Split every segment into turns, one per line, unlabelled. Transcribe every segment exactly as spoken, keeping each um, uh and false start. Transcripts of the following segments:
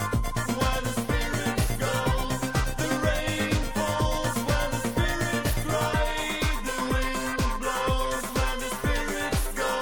where the spirits go. The rain falls where the spirits cry. The wind blows where the spirits go.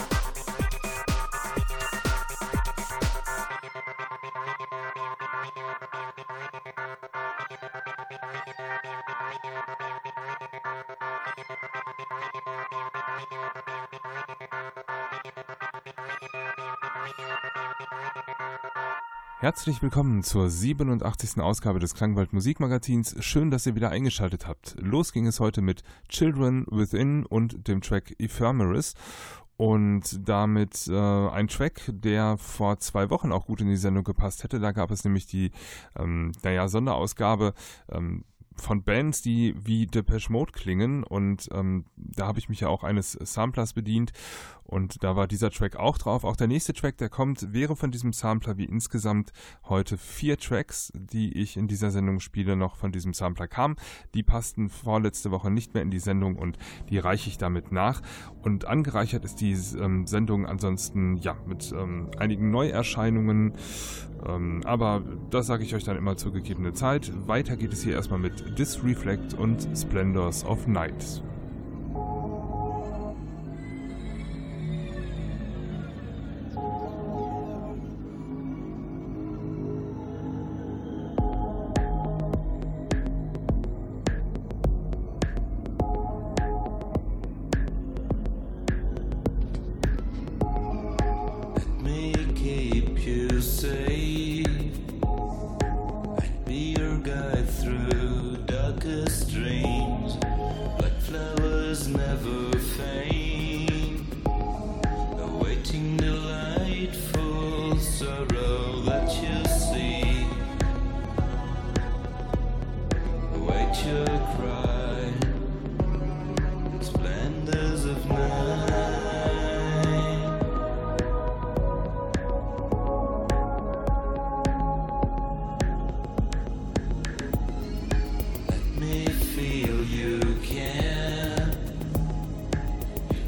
Herzlich willkommen zur siebenundachtzigsten Ausgabe des Klangwald Musikmagazins. Schön, dass ihr wieder eingeschaltet habt. Los ging es heute mit Children Within und dem Track Ephemeris. Und damit äh, ein Track, der vor zwei Wochen auch gut in die Sendung gepasst hätte. Da gab es nämlich die ähm, naja, Sonderausgabe ähm, von Bands, die wie Depeche Mode klingen, und ähm, da habe ich mich ja auch eines Samplers bedient und da war dieser Track auch drauf. Auch der nächste Track, der kommt, wäre von diesem Sampler, wie insgesamt heute vier Tracks, die ich in dieser Sendung spiele, noch von diesem Sampler kamen. Die passten vorletzte Woche nicht mehr in die Sendung und die reiche ich damit nach. Und angereichert ist die ähm, Sendung ansonsten ja mit ähm, einigen Neuerscheinungen, ähm, aber das sage ich euch dann immer zur gegebenen Zeit. Weiter geht es hier erstmal mit Disreflect und Splendors of Night.
safe. I'd be your guide through darkest dreams. Black flowers never fade, awaiting delightful sorrow that you see. Await your cry, splendors of night. Let me feel you care. You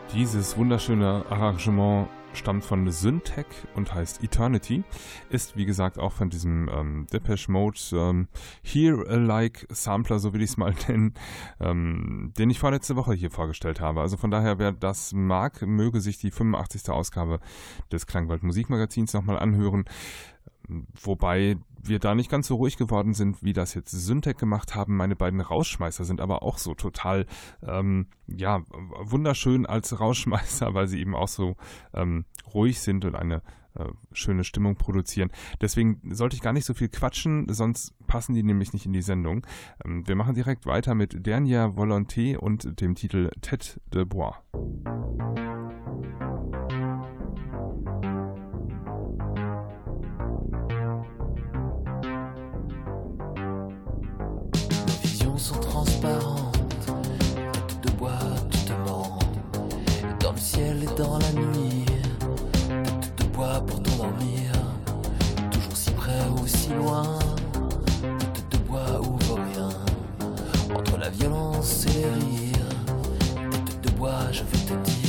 Dieses wunderschöne Arrangement stammt von Syntec und heißt Eternity, ist wie gesagt auch von diesem ähm, Depeche Mode ähm, Here-alike Sampler, so will ich es mal nennen, ähm, den ich vorletzte Woche hier vorgestellt habe. Also von daher, wer das mag, möge sich die fünfundachtzigste Ausgabe des Klangwald Musikmagazins nochmal anhören. Wobei wir da nicht ganz so ruhig geworden sind, wie das jetzt Syntec gemacht haben. Meine beiden Rausschmeißer sind aber auch so total, ähm, ja, wunderschön als Rausschmeißer, weil sie eben auch so ähm, ruhig sind und eine äh, schöne Stimmung produzieren. Deswegen sollte ich gar nicht so viel quatschen, sonst passen die nämlich nicht in die Sendung. Ähm, wir machen direkt weiter mit Dernière Volonté und dem Titel Tête de Bois.
Sont transparentes, tête de bois, tu te mens, dans le ciel et dans la nuit, tête de bois pour t'endormir, toujours si près ou si loin, tête de bois ouvre rien, entre la violence et les rires, tête de bois je veux te dire.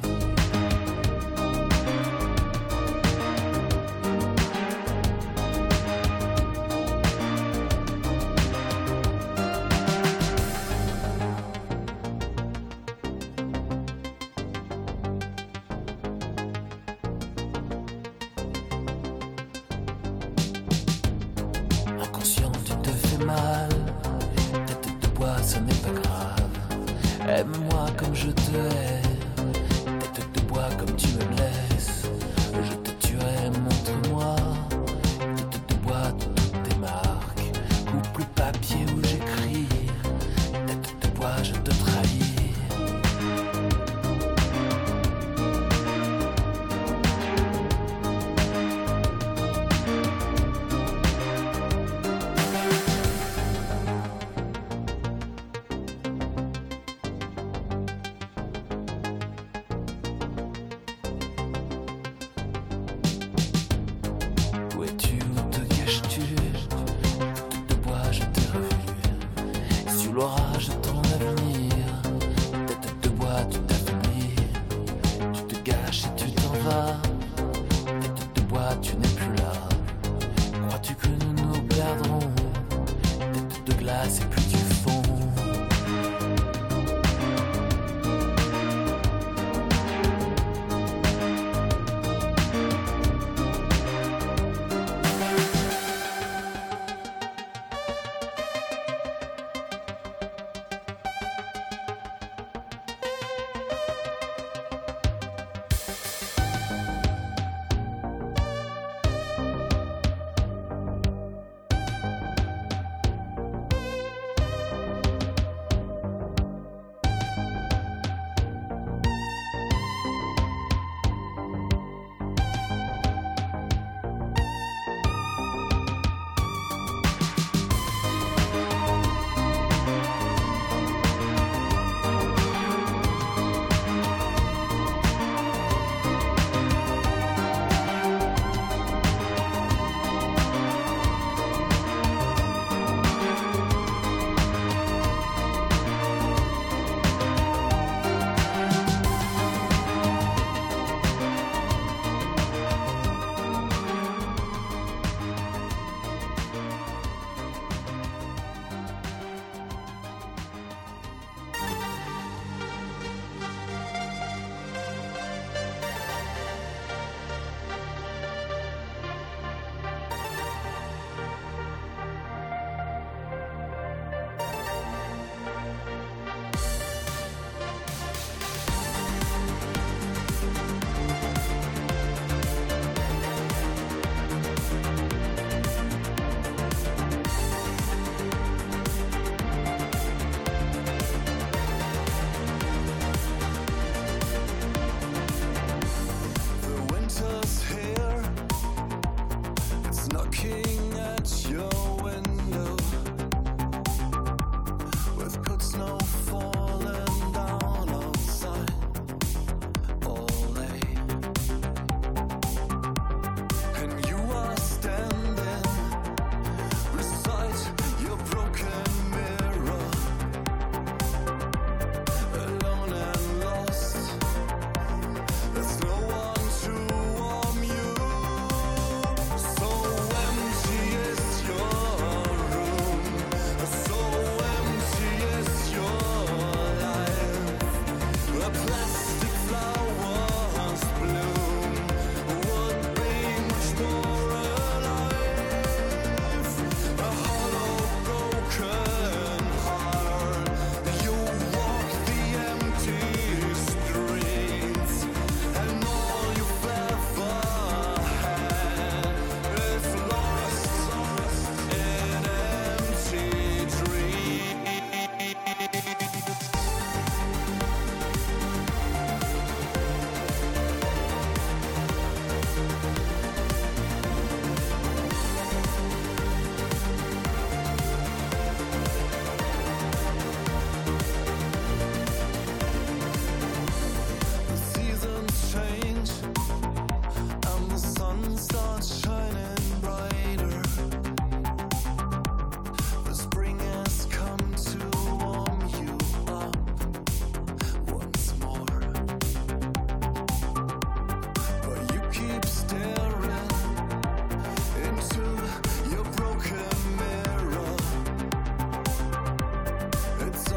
Aime-moi comme je te hais, tête de bois comme tu me blesses. Je te tuerai, montre-moi, tête de bois toutes tes marques. Coupe le papier où j'écris, tête de bois je te trahis.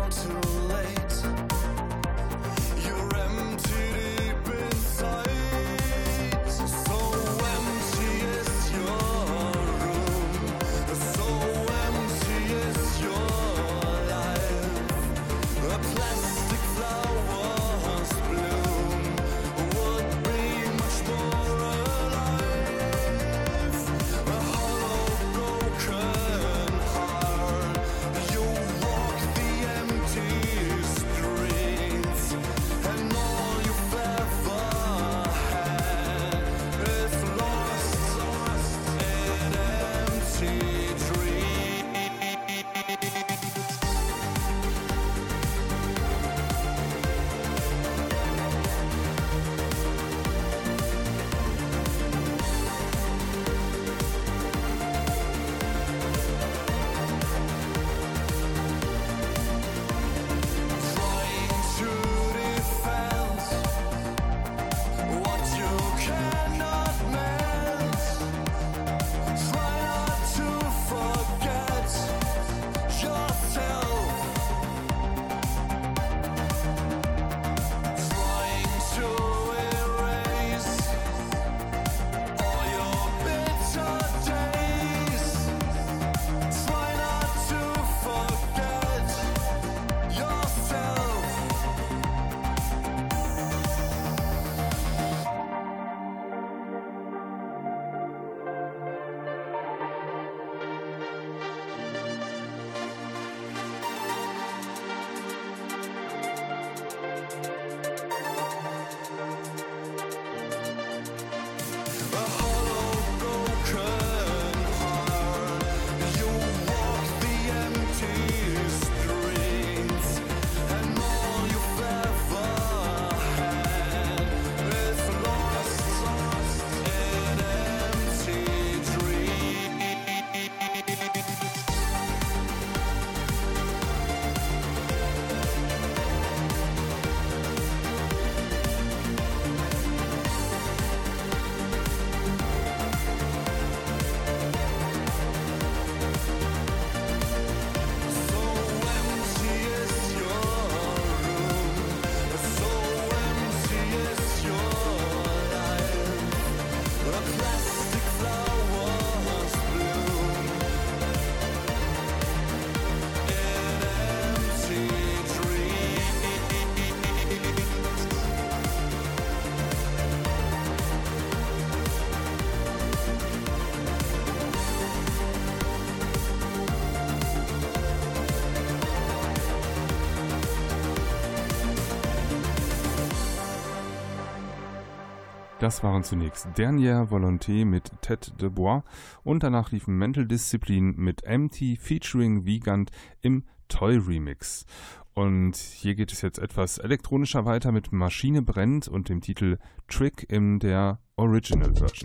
Das waren zunächst Dernière Volonté mit Tête de Bois und danach liefen Mental Discipline mit Empty featuring Wiegand im Toy Remix. Und hier geht es jetzt etwas elektronischer weiter mit Maschine brennt und dem Titel Trick in der Original Version.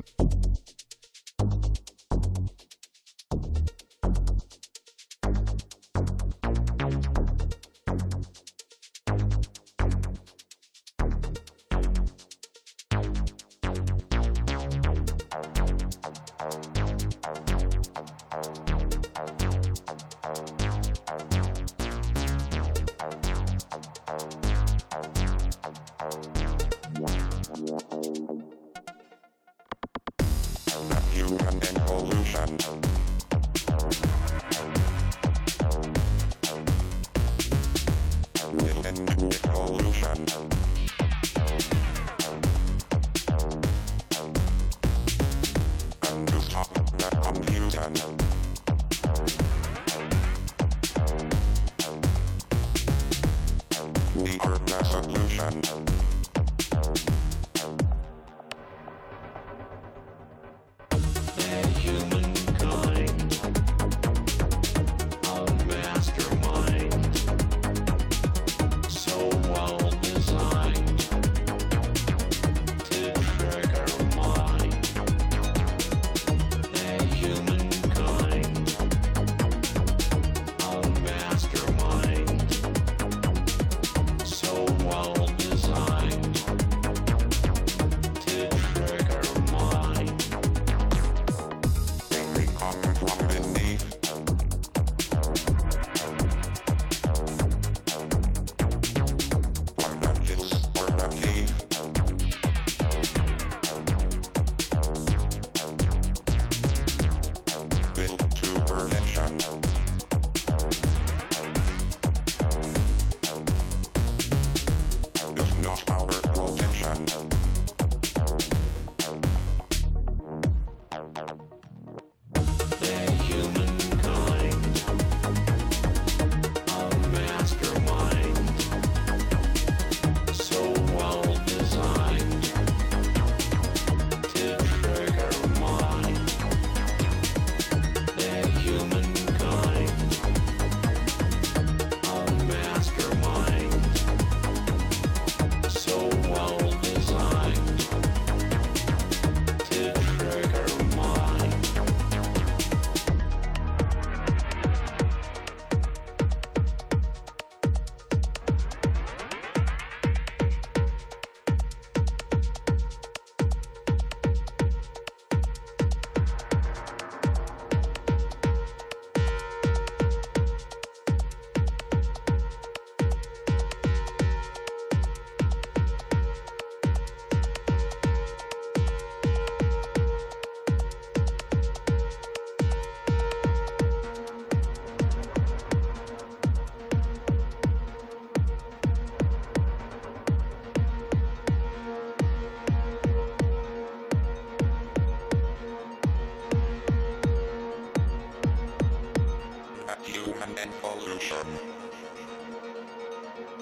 Human evolution. Within evolution. And to stop the confusion. Deeper the solution.
Well designed.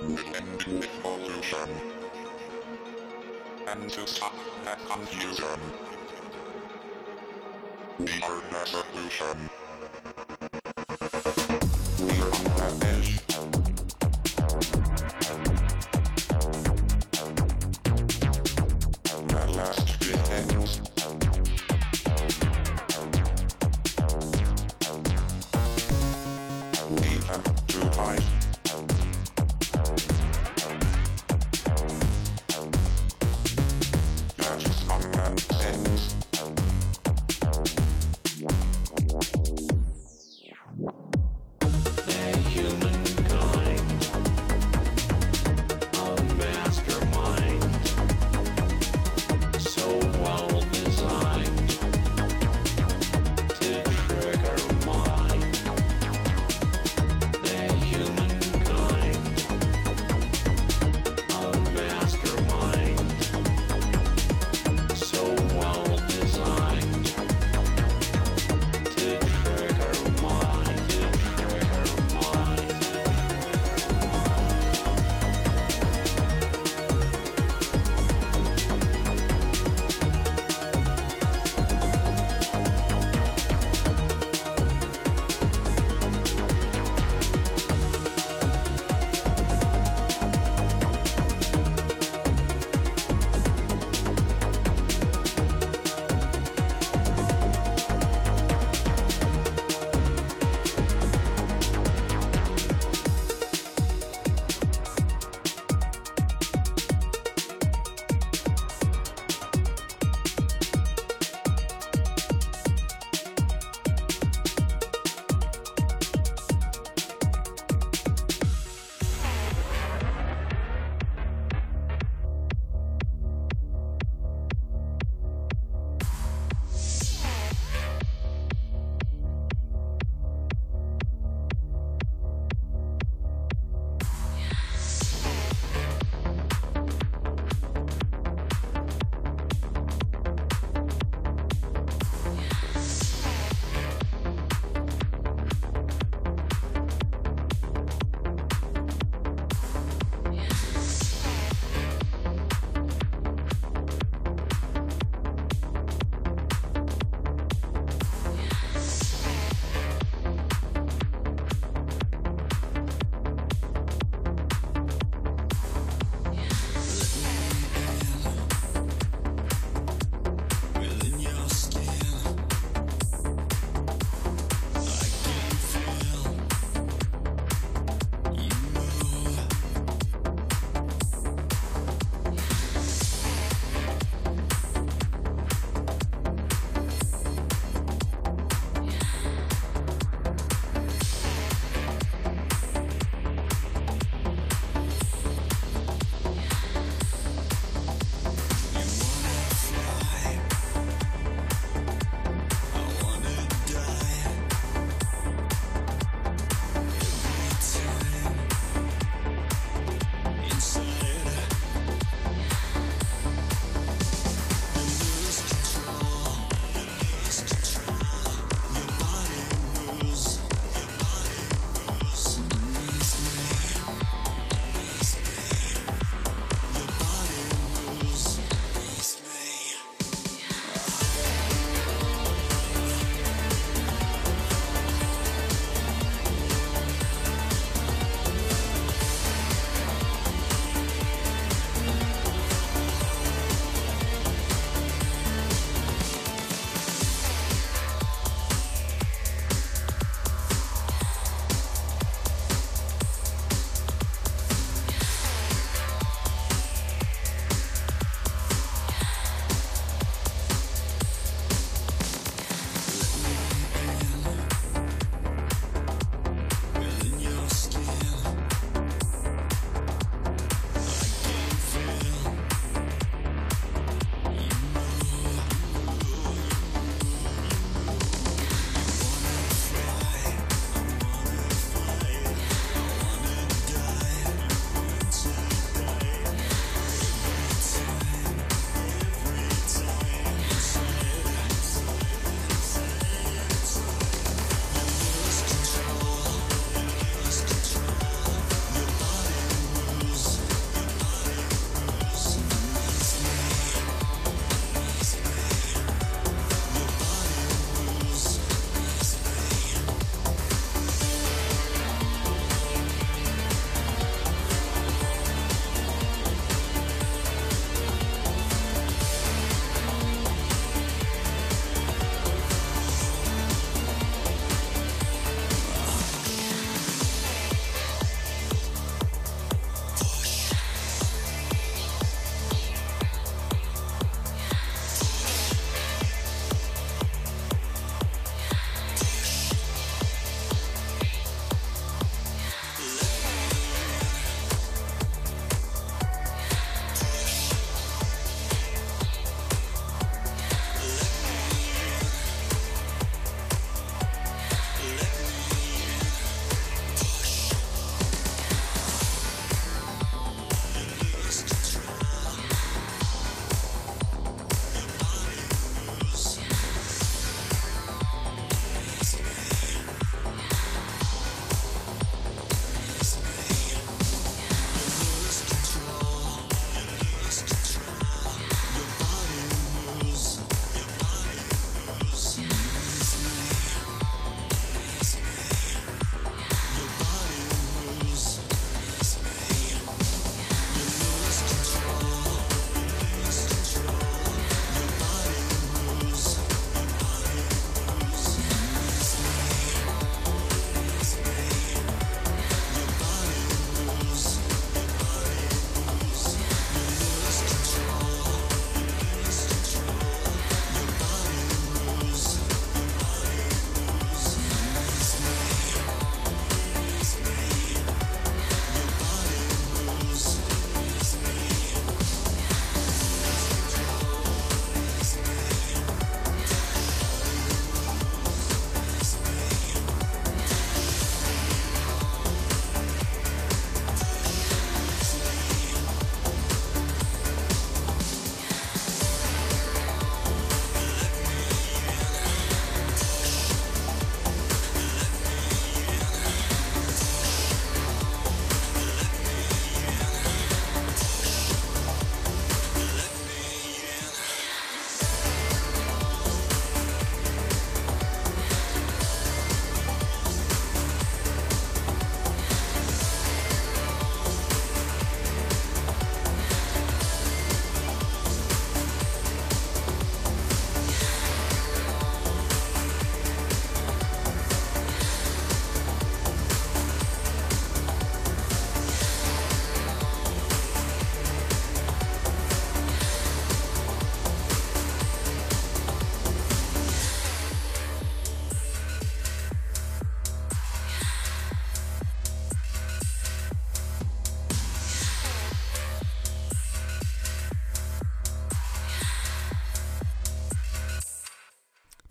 ending evolution. And to stop that confusion, we are the solution. We're on the edge. The last begins. We have to fight. That's common sense.
The humankind, a mastermind, so well designed to trigger mind. The human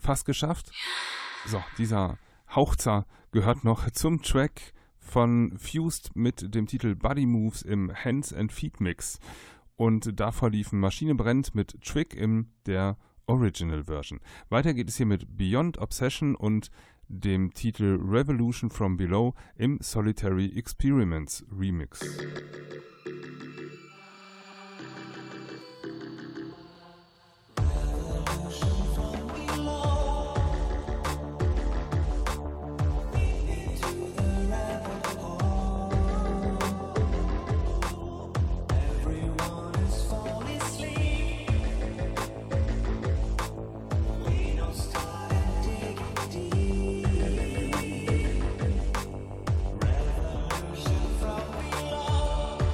fast geschafft. So, dieser Hauchzer gehört noch zum Track von Fused mit dem Titel Body Moves im Hands and Feet Mix. Und davor liefen Maschine brennt mit Trick in der Original Version. Weiter geht es hier mit Beyond Obsession und dem Titel Revolution from Below im Solitary Experiments Remix.
Revolution from below.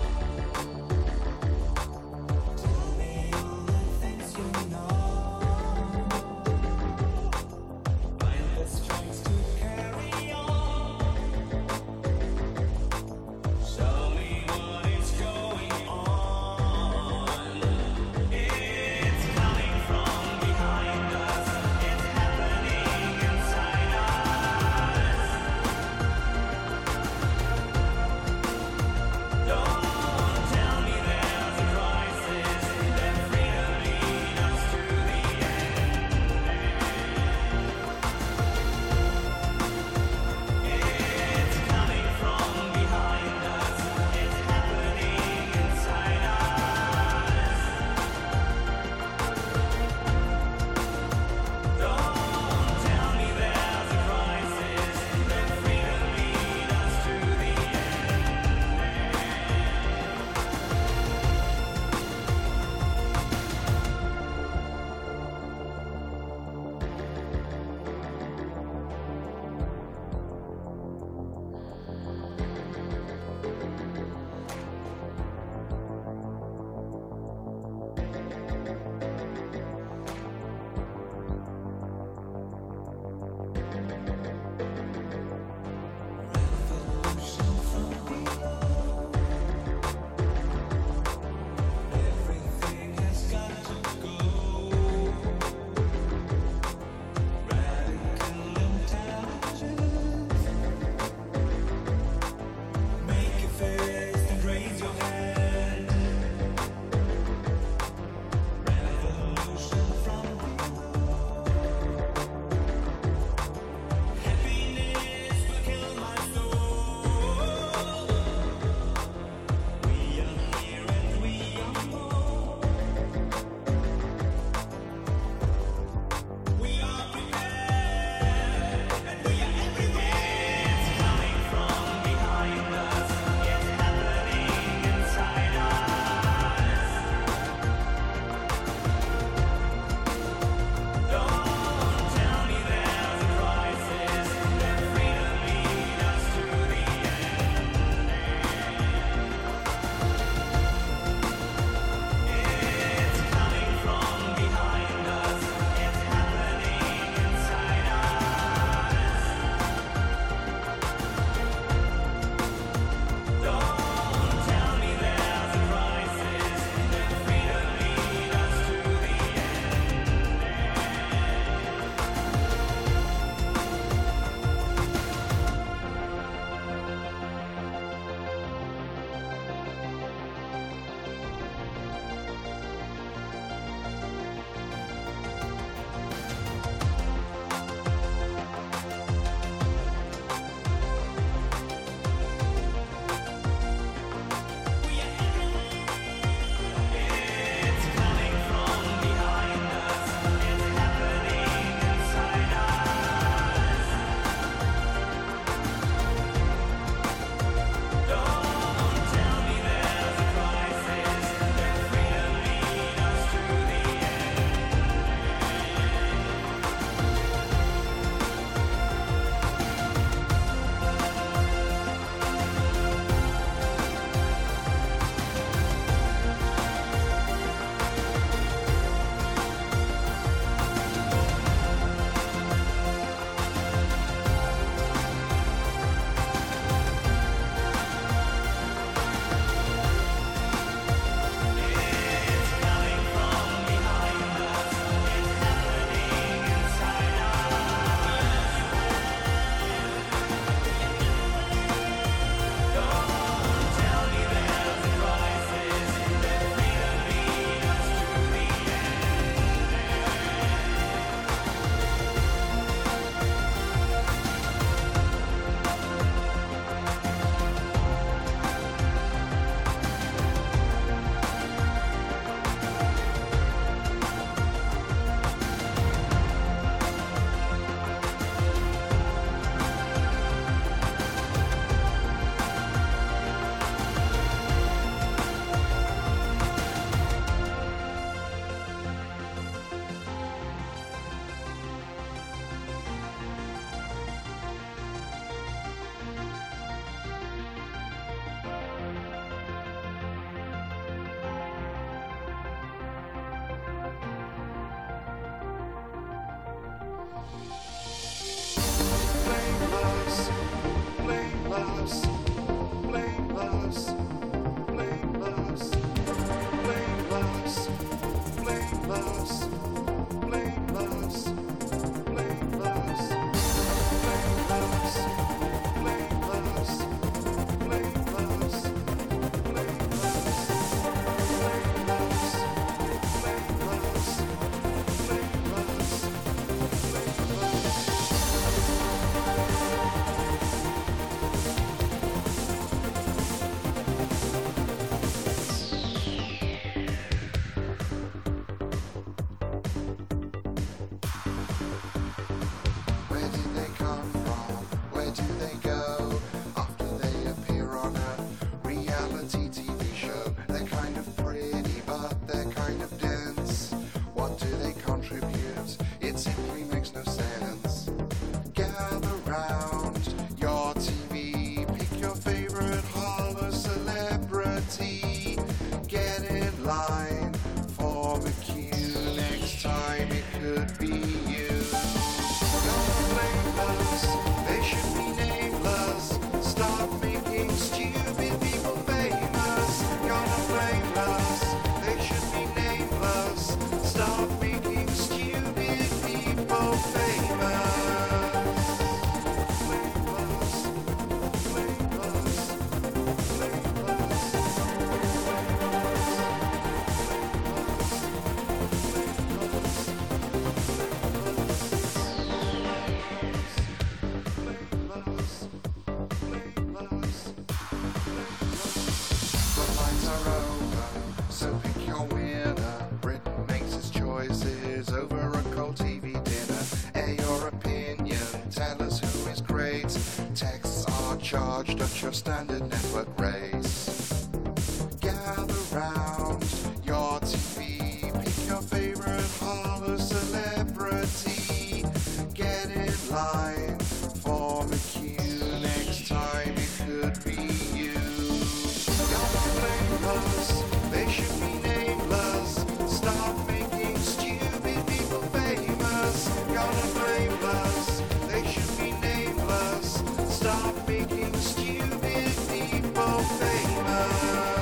charged at your standard network race. Gather round your T V, pick your favorite Harlow celebrity. Get in line, form a queue. Next time it could be you. Gonna blame us, they should be nameless. Stop making stupid people famous. Gonna blame us, they should be nameless. Stop making stupid people famous.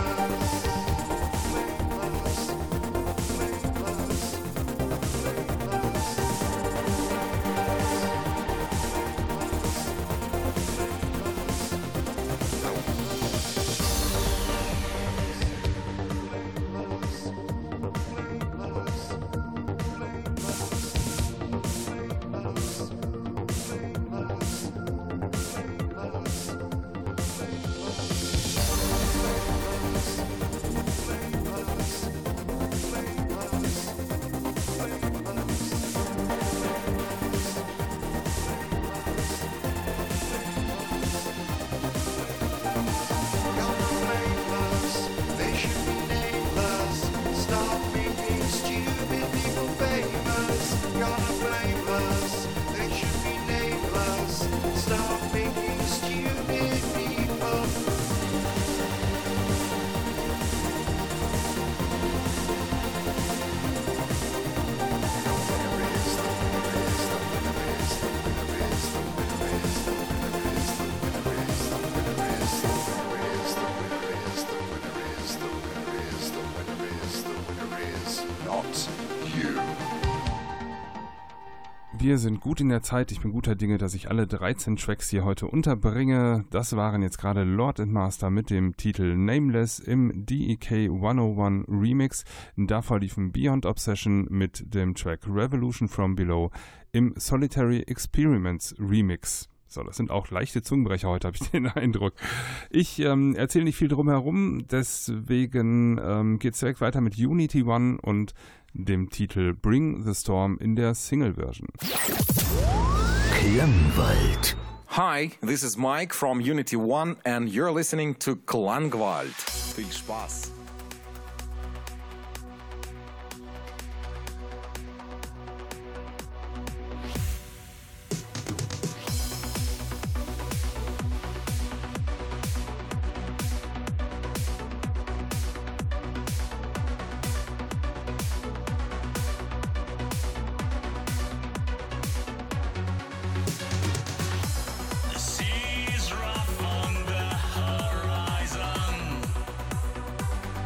Wir sind gut in der Zeit. Ich bin guter Dinge, dass ich alle dreizehn Tracks hier heute unterbringe. Das waren jetzt gerade Lord and Master mit dem Titel Nameless im D E K hunderteins Remix. Davor liefen Beyond Obsession mit dem Track Revolution from Below im Solitary Experiments Remix. So, das sind auch leichte Zungenbrecher heute, habe ich den Eindruck. Ich ähm, erzähle nicht viel drum herum, deswegen ähm, geht es direkt weiter mit Unity One und dem Titel Bring the Storm in der Single-Version.
Klangwald.
Hi, this is Mike from Unity One and you're listening to Klangwald. Viel Spaß!
The sea's rough on the horizon.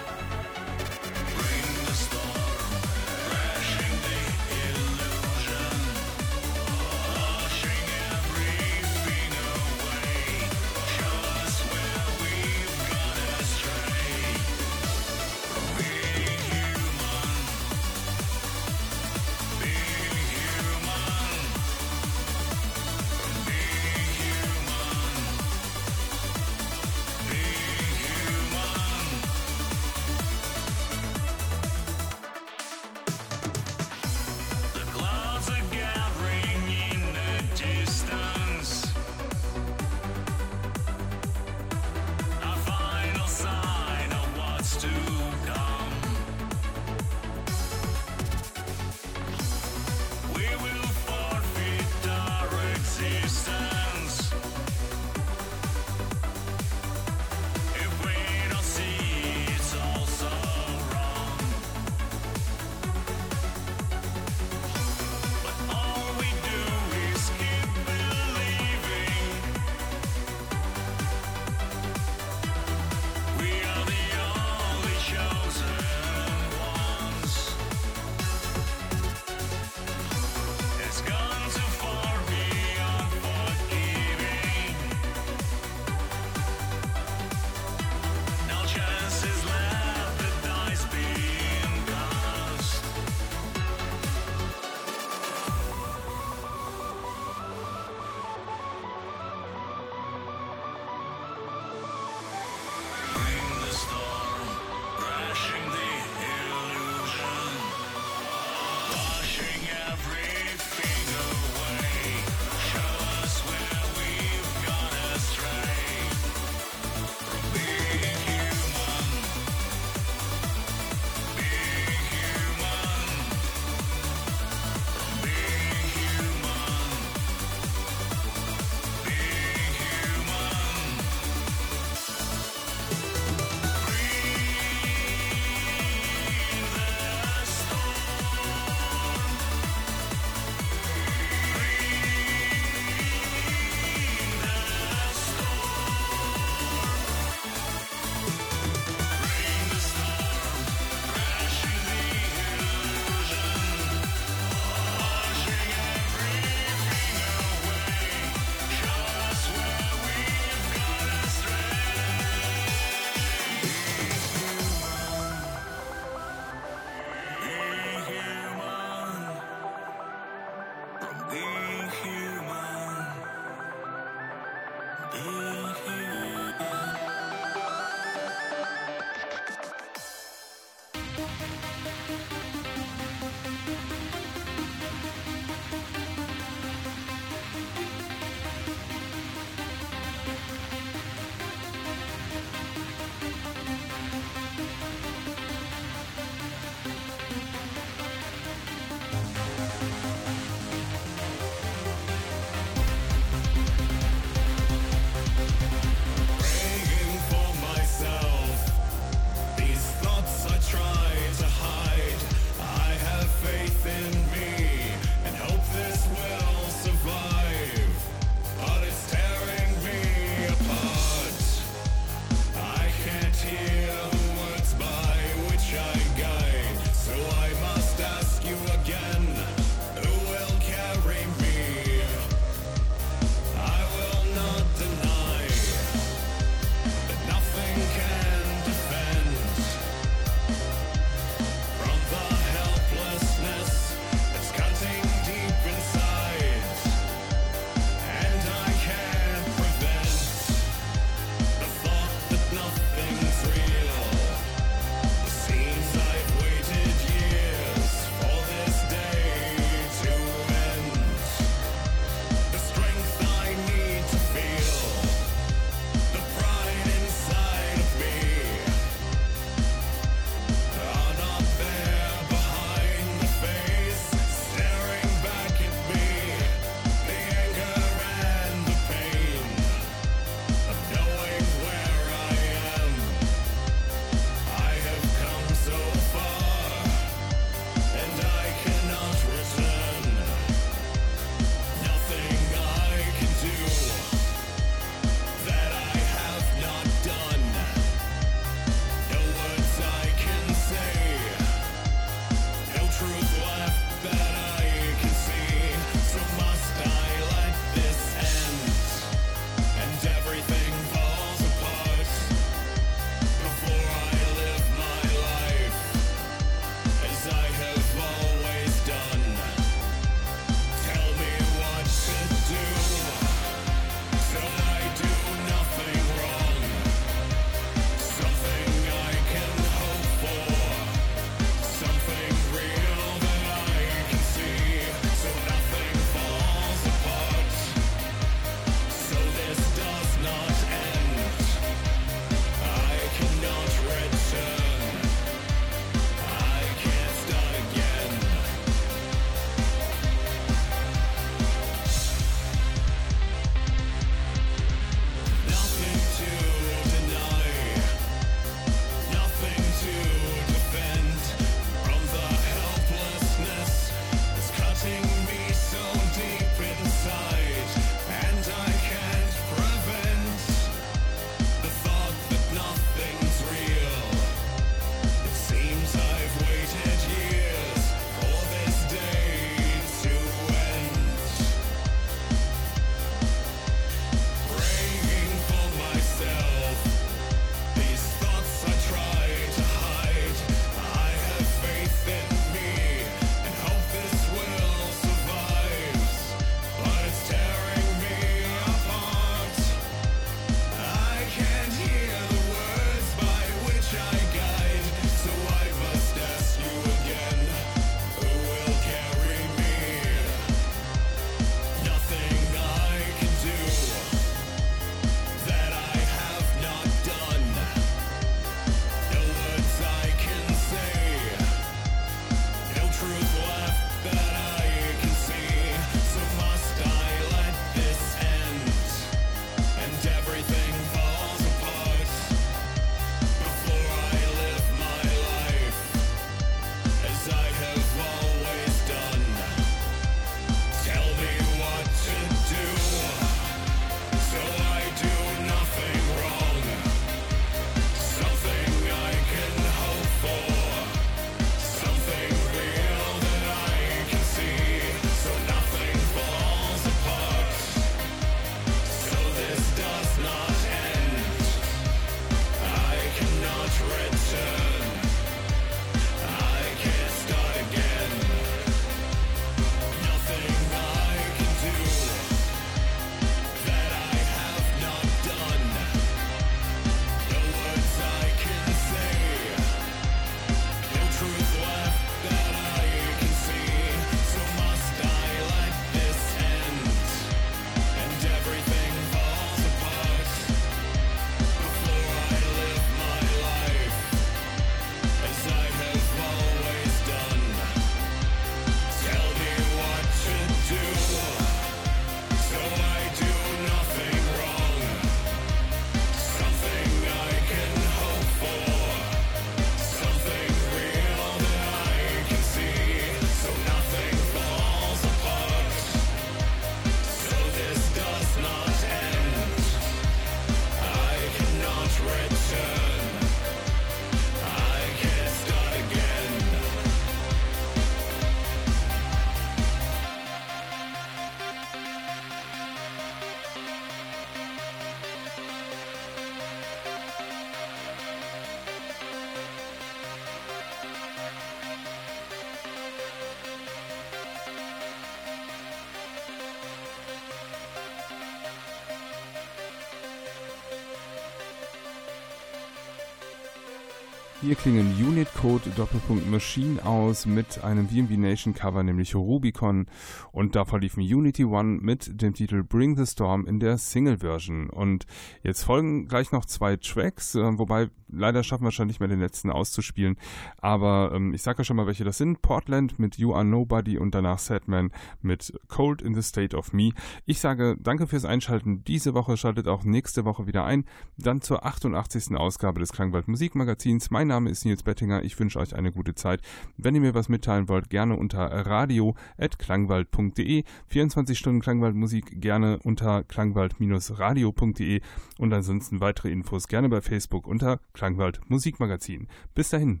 Hier klingen Unit Code Doppelpunkt Machine aus mit einem V M V Nation Cover, nämlich Rubicon, und davor liefen Unity One mit dem Titel Bring the Storm in der Single-Version. Und jetzt folgen gleich noch zwei Tracks, äh, wobei leider schaffen wir schon nicht mehr den letzten auszuspielen, aber ähm, ich sage ja schon mal, welche das sind. Portland mit You Are Nobody und danach Sadman mit Cold in the State of Me. Ich sage danke fürs Einschalten diese Woche, schaltet auch nächste Woche wieder ein, dann zur achtundachtzigsten Ausgabe des Klangwald Musikmagazins. Mein Name ist Nils Bettinger, ich wünsche euch eine gute Zeit. Wenn ihr mir was mitteilen wollt, gerne unter radio at klangwald punkt de, vierundzwanzig Stunden Klangwaldmusik gerne unter klangwald radio punkt de und ansonsten weitere Infos gerne bei Facebook unter Klangwald Musikmagazin. Bis dahin.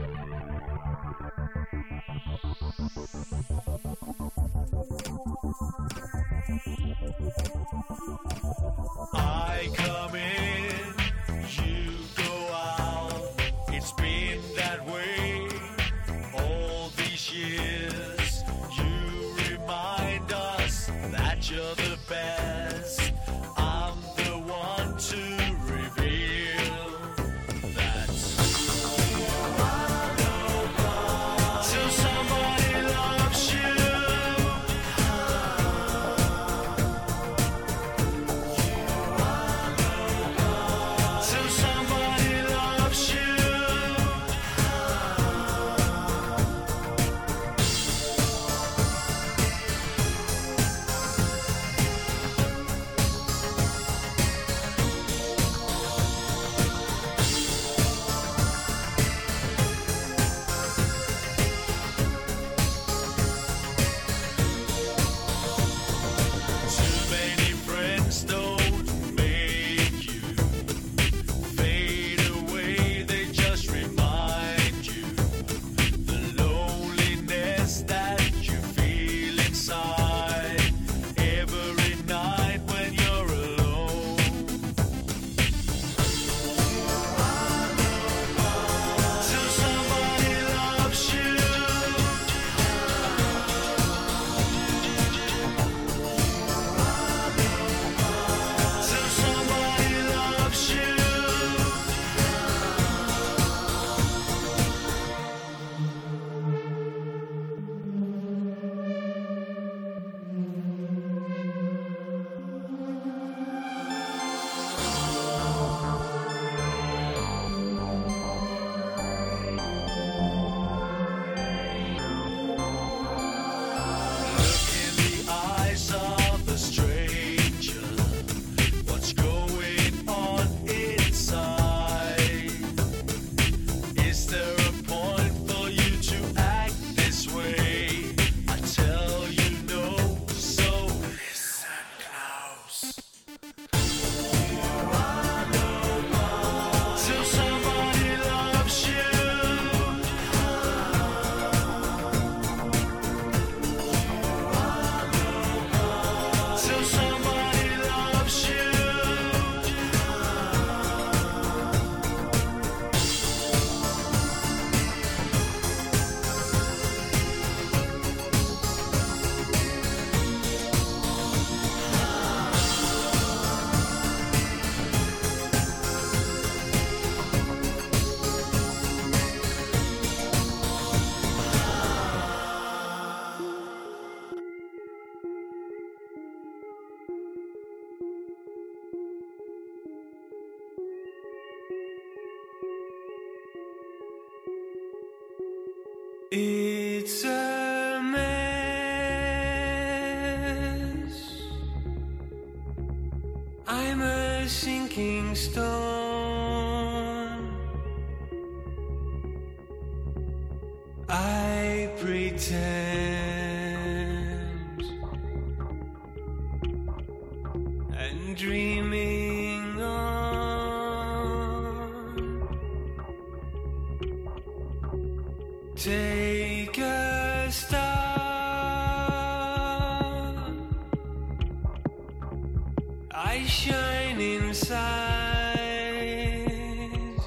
I come in, you go out. It's been that way all these years. You remind us that you're the best. I'm the one to reveal that. Till somebody loves you. Till somebody loves you. Too many friends don't make you fade away. They just remind you the loneliness that you feel inside every night when you're alone. Till somebody loves you. Till somebody loves you. Look in the eyes of the stranger. What's going on inside? Is there a point for you to act this way? I tell you no, so listen close. Till somebody loves you. Till somebody loves you. It's a mess. I'm a sinking stone. I pretend and dreaming on. Take a star. I shine inside.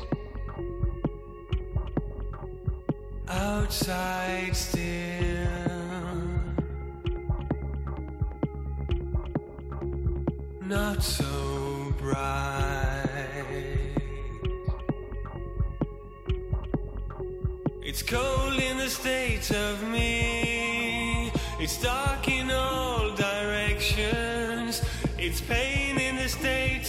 Outside still. Not so bright.
the state of me. It's dark in all directions. It's pain in the state